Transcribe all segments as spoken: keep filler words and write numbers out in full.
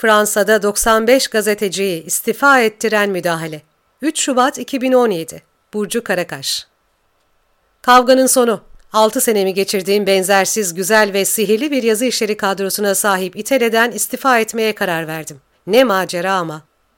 Fransa'da doksan beş gazeteciyi istifa ettiren müdahale. üç Şubat iki bin on yedi. Burcu Karakaş. Kavganın sonu. altı senemi geçirdiğim benzersiz, güzel ve sihirli bir yazı işleri kadrosuna sahip İtele'den istifa etmeye karar verdim. Ne macera ama.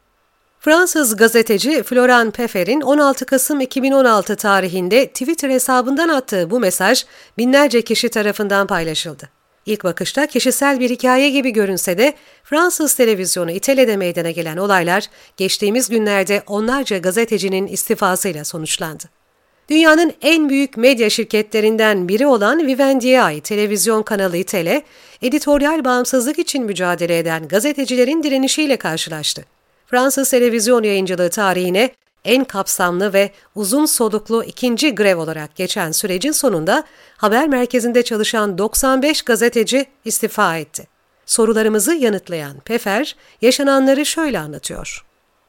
Fransız gazeteci Florent Peffer'in on altı Kasım iki bin on altı tarihinde Twitter hesabından attığı bu mesaj binlerce kişi tarafından paylaşıldı. İlk bakışta kişisel bir hikaye gibi görünse de Fransız televizyonu İtele'de meydana gelen olaylar geçtiğimiz günlerde onlarca gazetecinin istifasıyla sonuçlandı. Dünyanın en büyük medya şirketlerinden biri olan Vivendi'ye ait televizyon kanalı İtele, editoryal bağımsızlık için mücadele eden gazetecilerin direnişiyle karşılaştı. Fransız televizyon yayıncılığı tarihine en kapsamlı ve uzun soluklu ikinci grev olarak geçen sürecin sonunda haber merkezinde çalışan doksan beş gazeteci istifa etti. Sorularımızı yanıtlayan Peffer, yaşananları şöyle anlatıyor.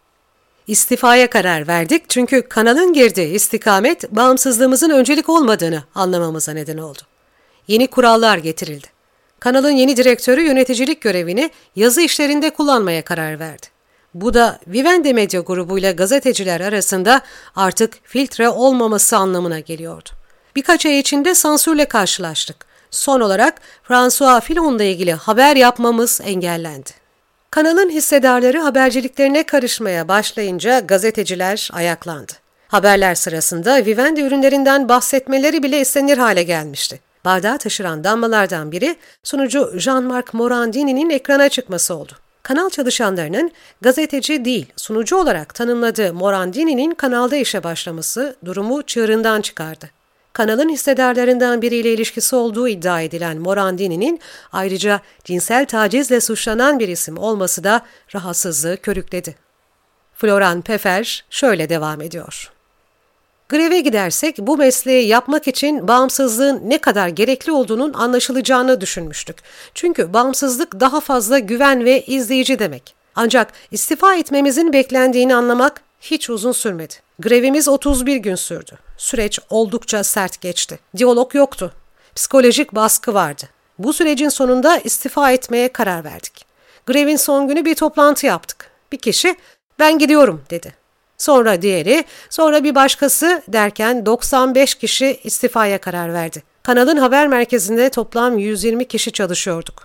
İstifaya karar verdik çünkü kanalın girdiği istikamet bağımsızlığımızın öncelik olmadığını anlamamıza neden oldu. Yeni kurallar getirildi. Kanalın yeni direktörü yöneticilik görevini yazı işlerinde kullanmaya karar verdi. Bu da Vivendi Medya grubuyla gazeteciler arasında artık filtre olmaması anlamına geliyordu. Birkaç ay içinde sansürle karşılaştık. Son olarak François Fillon'la ilgili haber yapmamız engellendi. Kanalın hissedarları haberciliklerine karışmaya başlayınca gazeteciler ayaklandı. Haberler sırasında Vivendi ürünlerinden bahsetmeleri bile istenir hale gelmişti. Bardağı taşıran damlalardan biri sunucu Jean-Marc Morandini'nin ekrana çıkması oldu. Kanal çalışanlarının gazeteci değil, sunucu olarak tanımladığı Morandini'nin kanalda işe başlaması durumu çığırından çıkardı. Kanalın hissedarlarından biriyle ilişkisi olduğu iddia edilen Morandini'nin ayrıca cinsel tacizle suçlanan bir isim olması da rahatsızlığı körükledi. Florent Peffer şöyle devam ediyor. Greve gidersek bu mesleği yapmak için bağımsızlığın ne kadar gerekli olduğunun anlaşılacağını düşünmüştük. Çünkü bağımsızlık daha fazla güven ve izleyici demek. Ancak istifa etmemizin beklendiğini anlamak hiç uzun sürmedi. Grevimiz otuz bir gün sürdü. Süreç oldukça sert geçti. Diyalog yoktu. Psikolojik baskı vardı. Bu sürecin sonunda istifa etmeye karar verdik. Grevin son günü bir toplantı yaptık. Bir kişi "Ben gidiyorum" dedi. Sonra diğeri, sonra bir başkası derken doksan beş kişi istifaya karar verdi. Kanalın haber merkezinde toplam yüz yirmi kişi çalışıyorduk.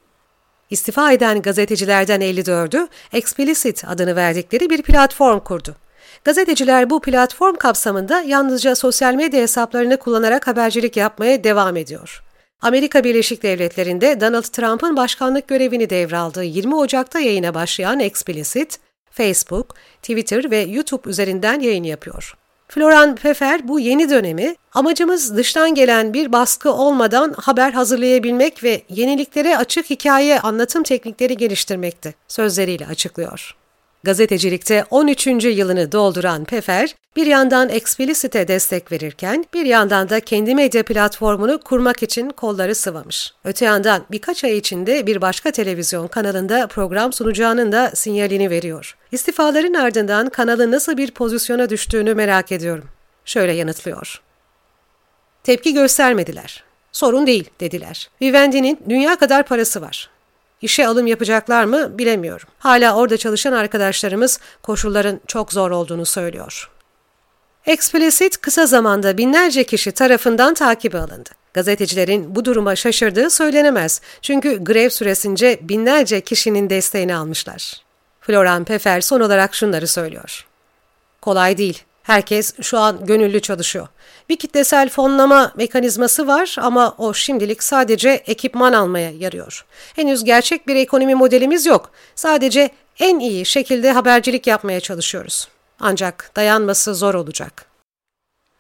İstifa eden gazetecilerden elli dördü Explicit adını verdikleri bir platform kurdu. Gazeteciler bu platform kapsamında yalnızca sosyal medya hesaplarını kullanarak habercilik yapmaya devam ediyor. Amerika Birleşik Devletleri'nde Donald Trump'ın başkanlık görevini devraldığı yirmi Ocak'ta yayına başlayan Explicit, Facebook, Twitter ve YouTube üzerinden yayın yapıyor. Florent Peffer bu yeni dönemi amacımız dıştan gelen bir baskı olmadan haber hazırlayabilmek ve yeniliklere açık hikaye anlatım teknikleri geliştirmekti sözleriyle açıklıyor. Gazetecilikte on üçüncü yılını dolduran Peffer, bir yandan Explicit'e destek verirken bir yandan da kendi medya platformunu kurmak için kolları sıvamış. Öte yandan birkaç ay içinde bir başka televizyon kanalında program sunacağının da sinyalini veriyor. İstifaların ardından kanalın nasıl bir pozisyona düştüğünü merak ediyorum. Şöyle yanıtlıyor. Tepki göstermediler. Sorun değil dediler. Vivendi'nin dünya kadar parası var. İşe alım yapacaklar mı bilemiyorum. Hala orada çalışan arkadaşlarımız koşulların çok zor olduğunu söylüyor. Explicit kısa zamanda binlerce kişi tarafından takibe alındı. Gazetecilerin bu duruma şaşırdığı söylenemez. Çünkü grev süresince binlerce kişinin desteğini almışlar. Florent Peffer son olarak şunları söylüyor. Kolay değil. Herkes şu an gönüllü çalışıyor. Bir kitlesel fonlama mekanizması var ama o şimdilik sadece ekipman almaya yarıyor. Henüz gerçek bir ekonomi modelimiz yok. Sadece en iyi şekilde habercilik yapmaya çalışıyoruz. Ancak dayanması zor olacak.